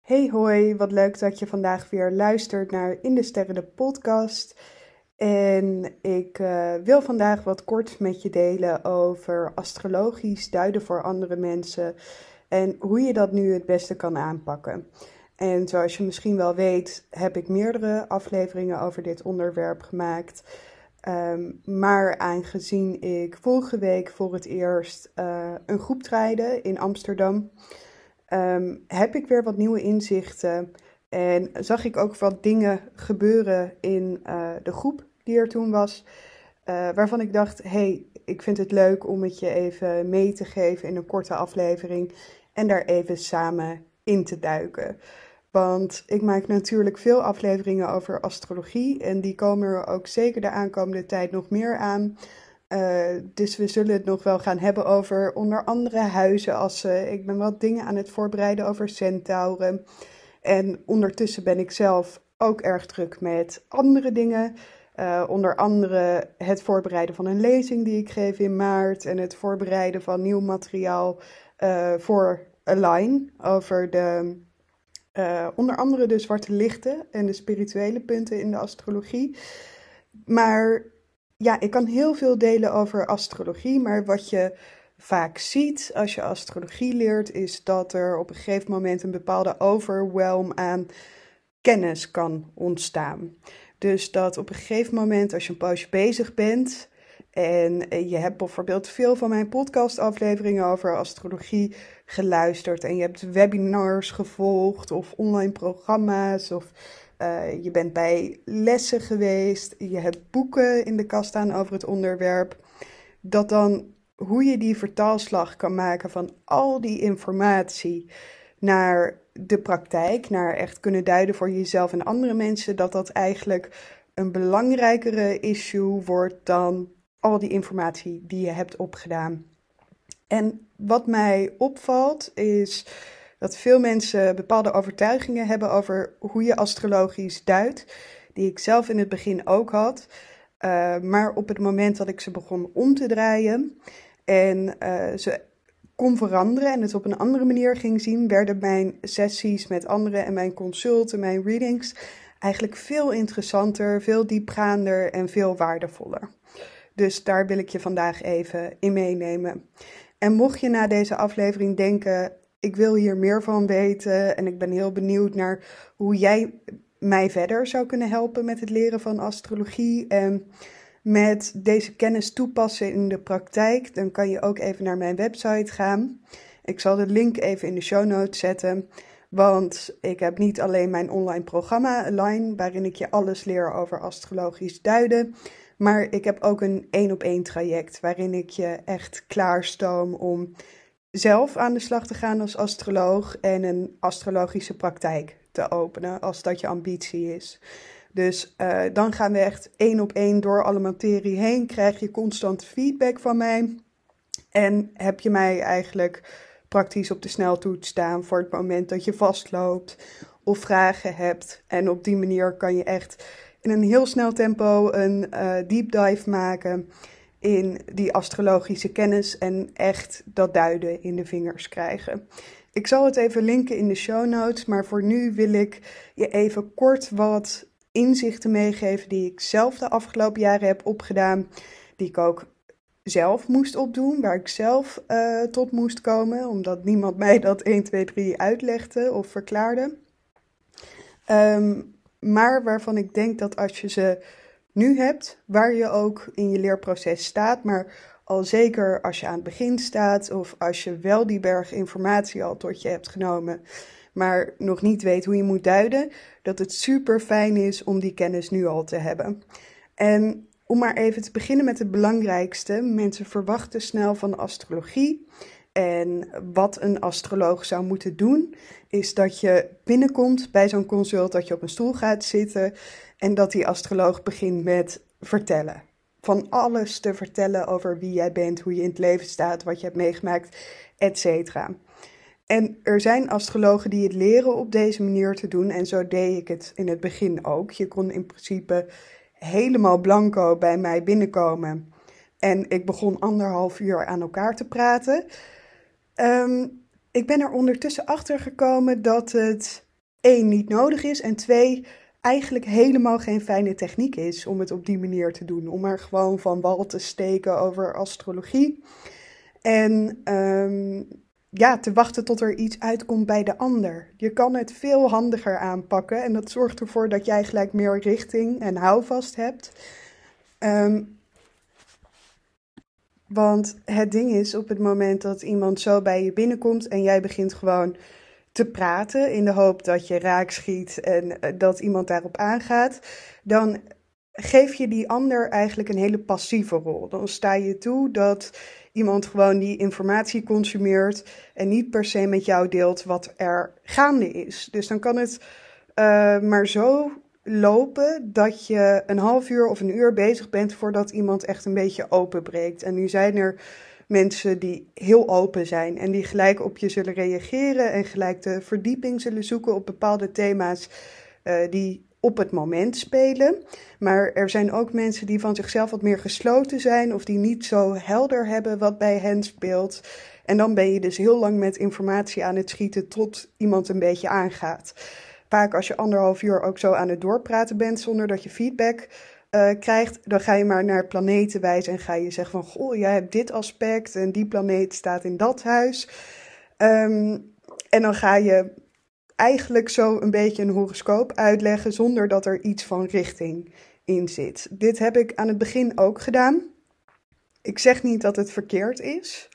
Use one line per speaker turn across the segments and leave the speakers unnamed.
Hey hoi, wat leuk dat je vandaag weer luistert naar In de Sterren de podcast. En ik wil vandaag wat kort met je delen over astrologisch duiden voor andere mensen en hoe je dat nu het beste kan aanpakken. En zoals je misschien wel weet, heb ik meerdere afleveringen over dit onderwerp gemaakt. Maar aangezien ik vorige week voor het eerst een groep draaide in Amsterdam, heb ik weer wat nieuwe inzichten en zag ik ook wat dingen gebeuren in de groep die er toen was, waarvan ik dacht, hey, ik vind het leuk om het je even mee te geven in een korte aflevering en daar even samen in te duiken. Want ik maak natuurlijk veel afleveringen over astrologie en die komen er ook zeker de aankomende tijd nog meer aan. Dus we zullen het nog wel gaan hebben over onder andere huizenassen. Ik ben wat dingen aan het voorbereiden over centauren. En ondertussen ben ik zelf ook erg druk met andere dingen. Onder andere het voorbereiden van een lezing die ik geef in maart. En het voorbereiden van nieuw materiaal voor Align. Over onder andere de zwarte lichten en de spirituele punten in de astrologie. Maar ja, ik kan heel veel delen over astrologie, maar wat je vaak ziet als je astrologie leert, is dat er op een gegeven moment een bepaalde overwhelm aan kennis kan ontstaan. Dus dat op een gegeven moment, als je een poosje bezig bent en je hebt bijvoorbeeld veel van mijn podcastafleveringen over astrologie geluisterd en je hebt webinars gevolgd of online programma's of je bent bij lessen geweest, je hebt boeken in de kast staan over het onderwerp, dat dan hoe je die vertaalslag kan maken van al die informatie naar de praktijk, naar echt kunnen duiden voor jezelf en andere mensen, dat dat eigenlijk een belangrijkere issue wordt dan al die informatie die je hebt opgedaan. En wat mij opvalt is dat veel mensen bepaalde overtuigingen hebben over hoe je astrologisch duidt, die ik zelf in het begin ook had. Maar op het moment dat ik ze begon om te draaien en ze kon veranderen en het op een andere manier ging zien, werden mijn sessies met anderen en mijn consulten, mijn readings eigenlijk veel interessanter, veel diepgaander en veel waardevoller. Dus daar wil ik je vandaag even in meenemen. En mocht je na deze aflevering denken, ik wil hier meer van weten en ik ben heel benieuwd naar hoe jij mij verder zou kunnen helpen met het leren van astrologie en met deze kennis toepassen in de praktijk, dan kan je ook even naar mijn website gaan. Ik zal de link even in de show notes zetten, want ik heb niet alleen mijn online programma Align, waarin ik je alles leer over astrologisch duiden, maar ik heb ook een 1-op-1 traject waarin ik je echt klaarstoom om zelf aan de slag te gaan als astroloog en een astrologische praktijk te openen, als dat je ambitie is. Dus dan gaan we echt 1-op-1 door alle materie heen, krijg je constant feedback van mij en heb je mij eigenlijk praktisch op de sneltoets staan voor het moment dat je vastloopt of vragen hebt. En op die manier kan je echt in een heel snel tempo een deep dive maken in die astrologische kennis en echt dat duiden in de vingers krijgen. Ik zal het even linken in de show notes, maar voor nu wil ik je even kort wat inzichten meegeven die ik zelf de afgelopen jaren heb opgedaan, die ik ook zelf moest opdoen, waar ik zelf tot moest komen, omdat niemand mij dat 1, 2, 3 uitlegde of verklaarde. Maar waarvan ik denk dat als je ze nu hebt, waar je ook in je leerproces staat, maar al zeker als je aan het begin staat of als je wel die berg informatie al tot je hebt genomen, maar nog niet weet hoe je moet duiden, dat het super fijn is om die kennis nu al te hebben. En om maar even te beginnen met het belangrijkste, mensen verwachten snel van astrologie. En wat een astroloog zou moeten doen, is dat je binnenkomt bij zo'n consult, dat je op een stoel gaat zitten en dat die astroloog begint met vertellen. Van alles te vertellen over wie jij bent, hoe je in het leven staat, wat je hebt meegemaakt, etc. En er zijn astrologen die het leren op deze manier te doen en zo deed ik het in het begin ook. Je kon in principe helemaal blanco bij mij binnenkomen en ik begon 1,5 uur aan elkaar te praten. Ik ben er ondertussen achter gekomen dat het één, niet nodig is. En twee, eigenlijk helemaal geen fijne techniek is om het op die manier te doen. Om er gewoon van wal te steken over astrologie. En te wachten tot er iets uitkomt bij de ander. Je kan het veel handiger aanpakken. En dat zorgt ervoor dat jij gelijk meer richting en houvast hebt. Want het ding is, op het moment dat iemand zo bij je binnenkomt en jij begint gewoon te praten in de hoop dat je raak schiet en dat iemand daarop aangaat, dan geef je die ander eigenlijk een hele passieve rol. Dan sta je toe dat iemand gewoon die informatie consumeert en niet per se met jou deelt wat er gaande is. Dus dan kan het maar zo lopen dat je een half uur of een uur bezig bent voordat iemand echt een beetje openbreekt. En nu zijn er mensen die heel open zijn en die gelijk op je zullen reageren en gelijk de verdieping zullen zoeken op bepaalde thema's die op het moment spelen. Maar er zijn ook mensen die van zichzelf wat meer gesloten zijn of die niet zo helder hebben wat bij hen speelt. En dan ben je dus heel lang met informatie aan het schieten tot iemand een beetje aangaat. Vaak als je 1,5 uur ook zo aan het doorpraten bent zonder dat je feedback krijgt, dan ga je maar naar planeten wijzen en ga je zeggen van, goh, jij hebt dit aspect en die planeet staat in dat huis. En dan ga je eigenlijk zo een beetje een horoscoop uitleggen zonder dat er iets van richting in zit. Dit heb ik aan het begin ook gedaan. Ik zeg niet dat het verkeerd is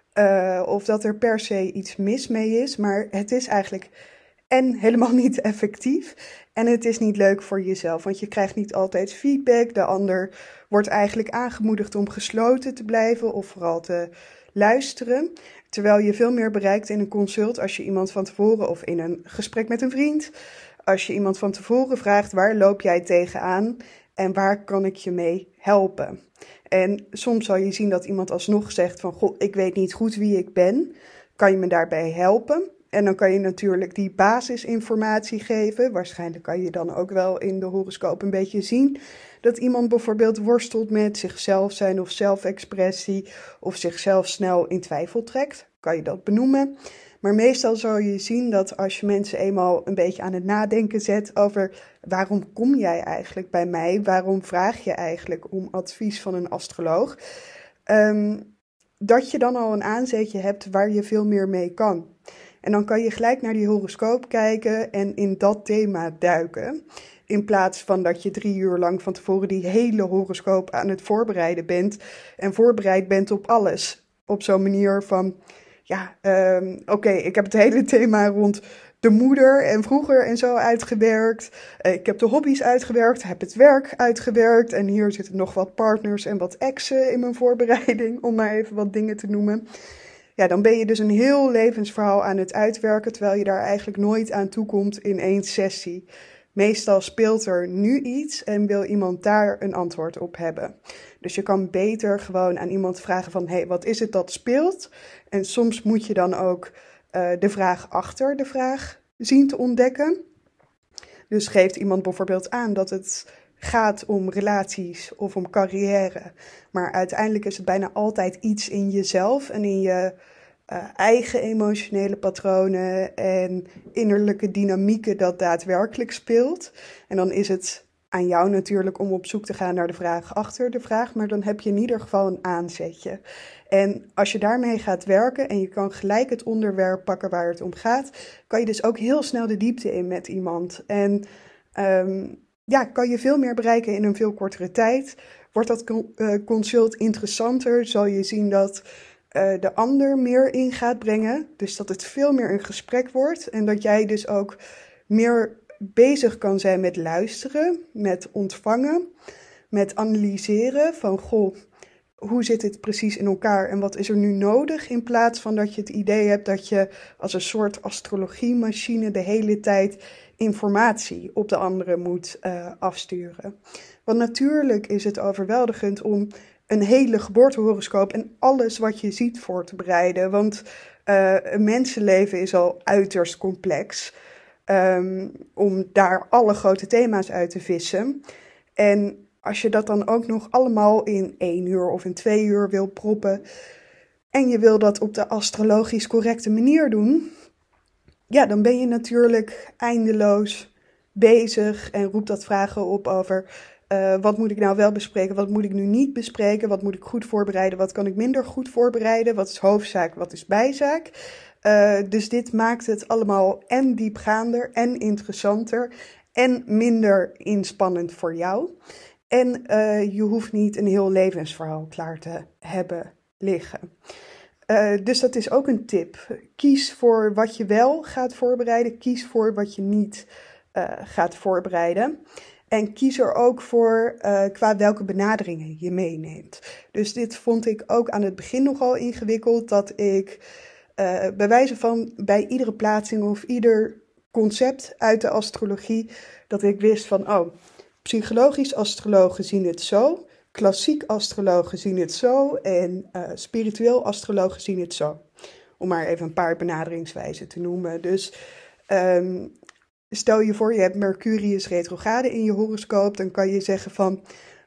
of dat er per se iets mis mee is, maar het is eigenlijk en helemaal niet effectief. En het is niet leuk voor jezelf, want je krijgt niet altijd feedback. De ander wordt eigenlijk aangemoedigd om gesloten te blijven of vooral te luisteren. Terwijl je veel meer bereikt in een consult als je iemand van tevoren of in een gesprek met een vriend. Als je iemand van tevoren vraagt, waar loop jij tegenaan en waar kan ik je mee helpen? En soms zal je zien dat iemand alsnog zegt van, goh, ik weet niet goed wie ik ben. Kan je me daarbij helpen? En dan kan je natuurlijk die basisinformatie geven. Waarschijnlijk kan je dan ook wel in de horoscoop een beetje zien dat iemand bijvoorbeeld worstelt met zichzelf zijn of zelfexpressie of zichzelf snel in twijfel trekt. Kan je dat benoemen. Maar meestal zal je zien dat als je mensen eenmaal een beetje aan het nadenken zet over waarom kom jij eigenlijk bij mij? Waarom vraag je eigenlijk om advies van een astroloog? Dat je dan al een aanzetje hebt waar je veel meer mee kan. En dan kan je gelijk naar die horoscoop kijken en in dat thema duiken. In plaats van dat je 3 uur lang van tevoren die hele horoscoop aan het voorbereiden bent. En voorbereid bent op alles. Op zo'n manier van, oké, ik heb het hele thema rond de moeder en vroeger en zo uitgewerkt. Ik heb de hobby's uitgewerkt, heb het werk uitgewerkt. En hier zitten nog wat partners en wat exen in mijn voorbereiding, om maar even wat dingen te noemen. Ja, dan ben je dus een heel levensverhaal aan het uitwerken, terwijl je daar eigenlijk nooit aan toekomt in 1 sessie. Meestal speelt er nu iets en wil iemand daar een antwoord op hebben. Dus je kan beter gewoon aan iemand vragen van, hey, wat is het dat speelt? En soms moet je dan ook de vraag achter de vraag zien te ontdekken. Dus geeft iemand bijvoorbeeld aan dat het gaat om relaties of om carrière. Maar uiteindelijk is het bijna altijd iets in jezelf en in je eigen emotionele patronen en innerlijke dynamieken dat daadwerkelijk speelt. En dan is het aan jou natuurlijk om op zoek te gaan naar de vraag achter de vraag, maar dan heb je in ieder geval een aanzetje. En als je daarmee gaat werken en je kan gelijk het onderwerp pakken waar het om gaat, kan je dus ook heel snel de diepte in met iemand. En kan je veel meer bereiken in een veel kortere tijd. Wordt dat consult interessanter, zal je zien dat de ander meer in gaat brengen. Dus dat het veel meer een gesprek wordt en dat jij dus ook meer bezig kan zijn met luisteren, met ontvangen, met analyseren van, goh, hoe zit het precies in elkaar en wat is er nu nodig? In plaats van dat je het idee hebt dat je als een soort astrologiemachine de hele tijd informatie op de andere moet afsturen. Want natuurlijk is het overweldigend om een hele geboortehoroscoop en alles wat je ziet voor te bereiden. Want een mensenleven is al uiterst complex. Om daar alle grote thema's uit te vissen. En als je dat dan ook nog allemaal in 1 uur of in 2 uur wil proppen en je wil dat op de astrologisch correcte manier doen, ja, dan ben je natuurlijk eindeloos bezig en roept dat vragen op over wat moet ik nou wel bespreken, wat moet ik nu niet bespreken, wat moet ik goed voorbereiden, wat kan ik minder goed voorbereiden, wat is hoofdzaak, wat is bijzaak. Dus dit maakt het allemaal en diepgaander en interessanter en minder inspannend voor jou. En je hoeft niet een heel levensverhaal klaar te hebben liggen. Dus dat is ook een tip. Kies voor wat je wel gaat voorbereiden. Kies voor wat je niet gaat voorbereiden. En kies er ook voor qua welke benaderingen je meeneemt. Dus dit vond ik ook aan het begin nogal ingewikkeld. Dat ik bij wijze van bij iedere plaatsing of ieder concept uit de astrologie, dat ik wist van, oh, psychologisch astrologen zien het zo, klassiek astrologen zien het zo en spiritueel astrologen zien het zo. Om maar even een paar benaderingswijzen te noemen. Dus stel je voor, je hebt Mercurius retrograde in je horoscoop, dan kan je zeggen van,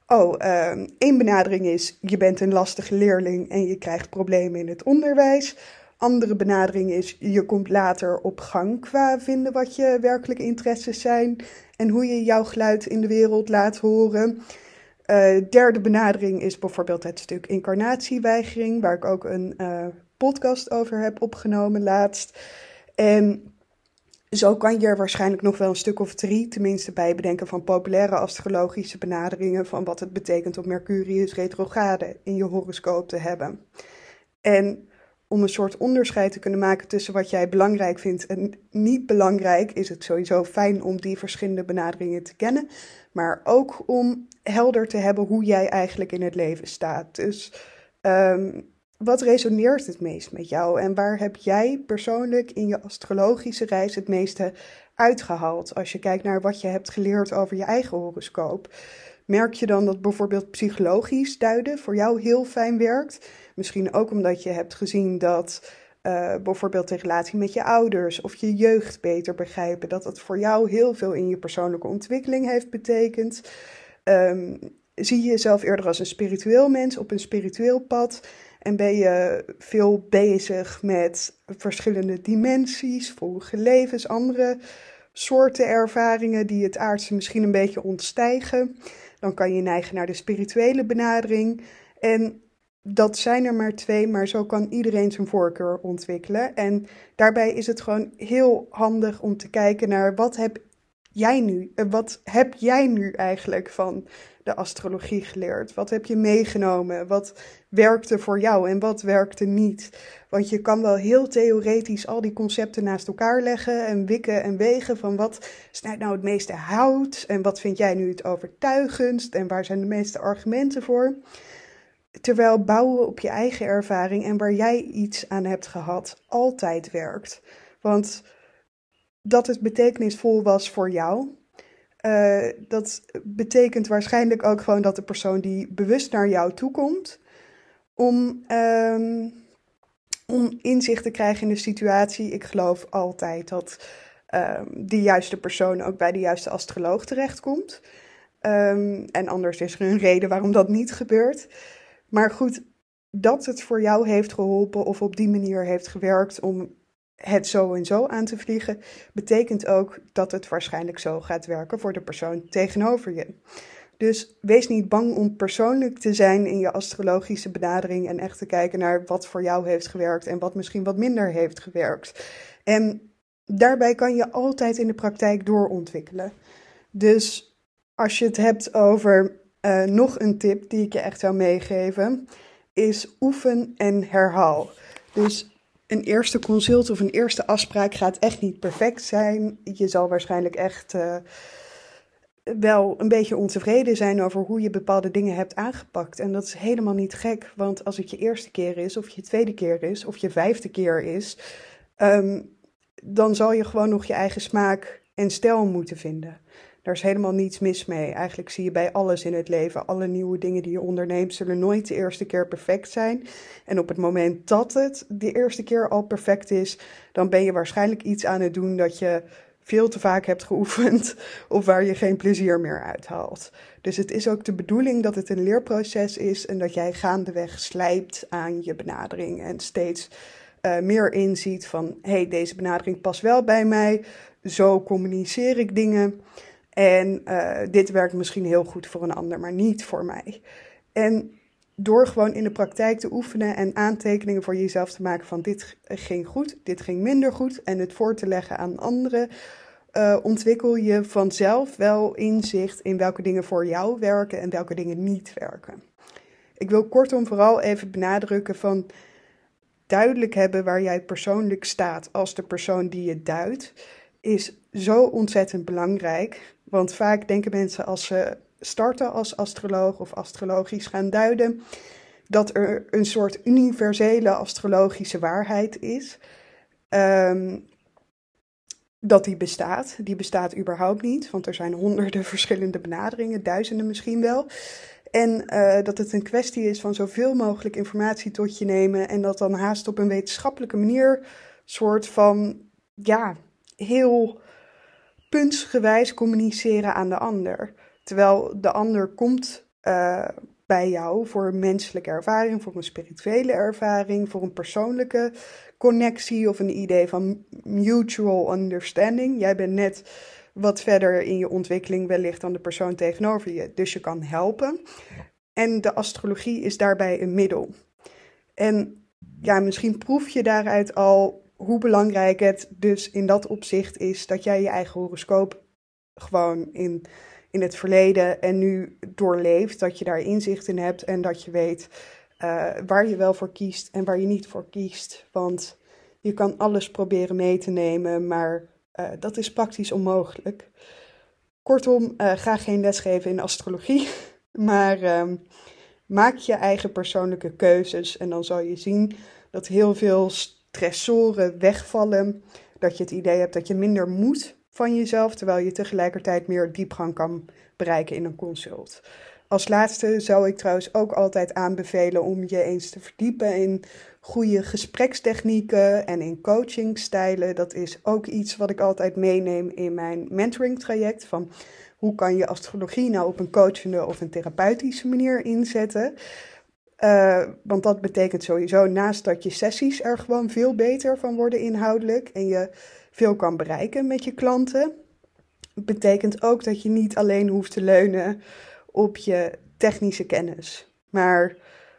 één benadering is, je bent een lastige leerling en je krijgt problemen in het onderwijs. Andere benadering is, je komt later op gang qua vinden wat je werkelijke interesses zijn en hoe je jouw geluid in de wereld laat horen. Derde benadering is bijvoorbeeld het stuk incarnatieweigering, waar ik ook een podcast over heb opgenomen laatst. En zo kan je er waarschijnlijk nog wel een stuk of 3 tenminste bij bedenken van populaire astrologische benaderingen van wat het betekent om Mercurius retrograde in je horoscoop te hebben. En om een soort onderscheid te kunnen maken tussen wat jij belangrijk vindt en niet belangrijk, is het sowieso fijn om die verschillende benaderingen te kennen. Maar ook om helder te hebben hoe jij eigenlijk in het leven staat. Dus wat resoneert het meest met jou? En waar heb jij persoonlijk in je astrologische reis het meeste uitgehaald? Als je kijkt naar wat je hebt geleerd over je eigen horoscoop. Merk je dan dat bijvoorbeeld psychologisch duiden voor jou heel fijn werkt? Misschien ook omdat je hebt gezien dat bijvoorbeeld de relatie met je ouders of je jeugd beter begrijpen, dat dat voor jou heel veel in je persoonlijke ontwikkeling heeft betekend. Zie je jezelf eerder als een spiritueel mens op een spiritueel pad en ben je veel bezig met verschillende dimensies, vorige levens, andere soorten ervaringen die het aardse misschien een beetje ontstijgen. Dan kan je neigen naar de spirituele benadering. En dat zijn er maar 2, maar zo kan iedereen zijn voorkeur ontwikkelen. En daarbij is het gewoon heel handig om te kijken naar wat heb jij nu eigenlijk van de astrologie geleerd? Wat heb je meegenomen? Wat werkte voor jou en wat werkte niet? Want je kan wel heel theoretisch al die concepten naast elkaar leggen en wikken en wegen van wat snijdt nou het meeste hout en wat vind jij nu het overtuigendst en waar zijn de meeste argumenten voor? Terwijl bouwen op je eigen ervaring en waar jij iets aan hebt gehad altijd werkt. Want dat het betekenisvol was voor jou, dat betekent waarschijnlijk ook gewoon dat de persoon die bewust naar jou toekomt om inzicht te krijgen in de situatie. Ik geloof altijd dat de juiste persoon ook bij de juiste astroloog terechtkomt. En anders is er een reden waarom dat niet gebeurt. Maar goed, dat het voor jou heeft geholpen of op die manier heeft gewerkt om het zo en zo aan te vliegen, betekent ook dat het waarschijnlijk zo gaat werken voor de persoon tegenover je. Dus wees niet bang om persoonlijk te zijn in je astrologische benadering en echt te kijken naar wat voor jou heeft gewerkt en wat misschien wat minder heeft gewerkt. En daarbij kan je altijd in de praktijk doorontwikkelen. Dus als je het hebt over nog een tip die ik je echt zou meegeven, is oefen en herhaal. Dus een eerste consult of een eerste afspraak gaat echt niet perfect zijn. Je zal waarschijnlijk echt wel een beetje ontevreden zijn over hoe je bepaalde dingen hebt aangepakt. En dat is helemaal niet gek, want als het je eerste keer is, of je tweede keer is, of je 5e keer is, dan zal je gewoon nog je eigen smaak en stijl moeten vinden. Daar is helemaal niets mis mee. Eigenlijk zie je bij alles in het leven, alle nieuwe dingen die je onderneemt, zullen nooit de eerste keer perfect zijn. En op het moment dat het de eerste keer al perfect is, dan ben je waarschijnlijk iets aan het doen dat je veel te vaak hebt geoefend of waar je geen plezier meer uit haalt. Dus het is ook de bedoeling dat het een leerproces is en dat jij gaandeweg slijpt aan je benadering en steeds meer inziet van, hey, deze benadering past wel bij mij, zo communiceer ik dingen en dit werkt misschien heel goed voor een ander, maar niet voor mij. En door gewoon in de praktijk te oefenen en aantekeningen voor jezelf te maken van dit ging goed, dit ging minder goed en het voor te leggen aan anderen, ontwikkel je vanzelf wel inzicht in welke dingen voor jou werken en welke dingen niet werken. Ik wil kortom vooral even benadrukken van duidelijk hebben waar jij persoonlijk staat als de persoon die je duidt, is zo ontzettend belangrijk. Want vaak denken mensen als ze starten als astroloog of astrologisch gaan duiden, dat er een soort universele astrologische waarheid is. Dat die bestaat. Die bestaat überhaupt niet, want er zijn honderden verschillende benaderingen, duizenden misschien wel. En dat het een kwestie is van zoveel mogelijk informatie tot je nemen en dat dan haast op een wetenschappelijke manier soort van, ja, heel puntsgewijs communiceren aan de ander. Terwijl de ander komt bij jou voor een menselijke ervaring, voor een spirituele ervaring, voor een persoonlijke connectie of een idee van mutual understanding. Jij bent net wat verder in je ontwikkeling wellicht dan de persoon tegenover je, dus je kan helpen. En de astrologie is daarbij een middel. En ja, misschien proef je daaruit al hoe belangrijk het dus in dat opzicht is dat jij je eigen horoscoop gewoon in het verleden en nu doorleeft, dat je daar inzicht in hebt en dat je weet waar je wel voor kiest en waar je niet voor kiest. Want je kan alles proberen mee te nemen, maar dat is praktisch onmogelijk. Kortom, ga geen les geven in astrologie, maar maak je eigen persoonlijke keuzes en dan zal je zien dat heel veel stressoren wegvallen, dat je het idee hebt dat je minder moet van jezelf, terwijl je tegelijkertijd meer diepgang kan bereiken in een consult. Als laatste zou ik trouwens ook altijd aanbevelen om je eens te verdiepen in goede gesprekstechnieken en in coachingstijlen. Dat is ook iets wat ik altijd meeneem in mijn mentoring traject. Van hoe kan je astrologie nou op een coachende of een therapeutische manier inzetten? Want dat betekent sowieso, naast dat je sessies er gewoon veel beter van worden inhoudelijk en je veel kan bereiken met je klanten, betekent ook dat je niet alleen hoeft te leunen op je technische kennis, maar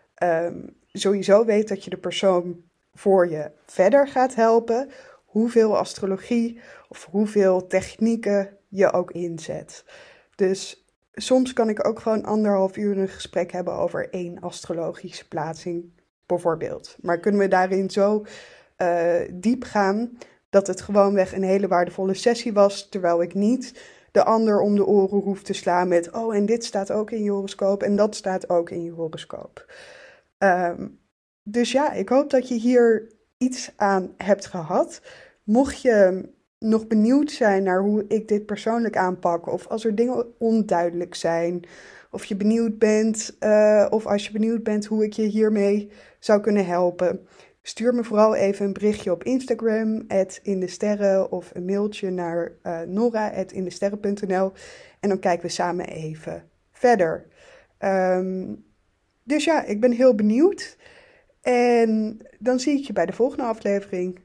sowieso weet dat je de persoon voor je verder gaat helpen, hoeveel astrologie of hoeveel technieken je ook inzet. Dus soms kan ik ook gewoon 1,5 uur een gesprek hebben over 1 astrologische plaatsing, bijvoorbeeld. Maar kunnen we daarin zo diep gaan dat het gewoonweg een hele waardevolle sessie was, terwijl ik niet de ander om de oren hoef te slaan met, oh, en dit staat ook in je horoscoop en dat staat ook in je horoscoop. Dus ja, ik hoop dat je hier iets aan hebt gehad. Mocht je nog benieuwd zijn naar hoe ik dit persoonlijk aanpak, of als er dingen onduidelijk zijn, of je benieuwd bent, of als je benieuwd bent hoe ik je hiermee zou kunnen helpen, stuur me vooral even een berichtje op Instagram, @indesterren, of een mailtje naar nora@indesterren.nl en dan kijken we samen even verder. Dus ja, ik ben heel benieuwd en dan zie ik je bij de volgende aflevering.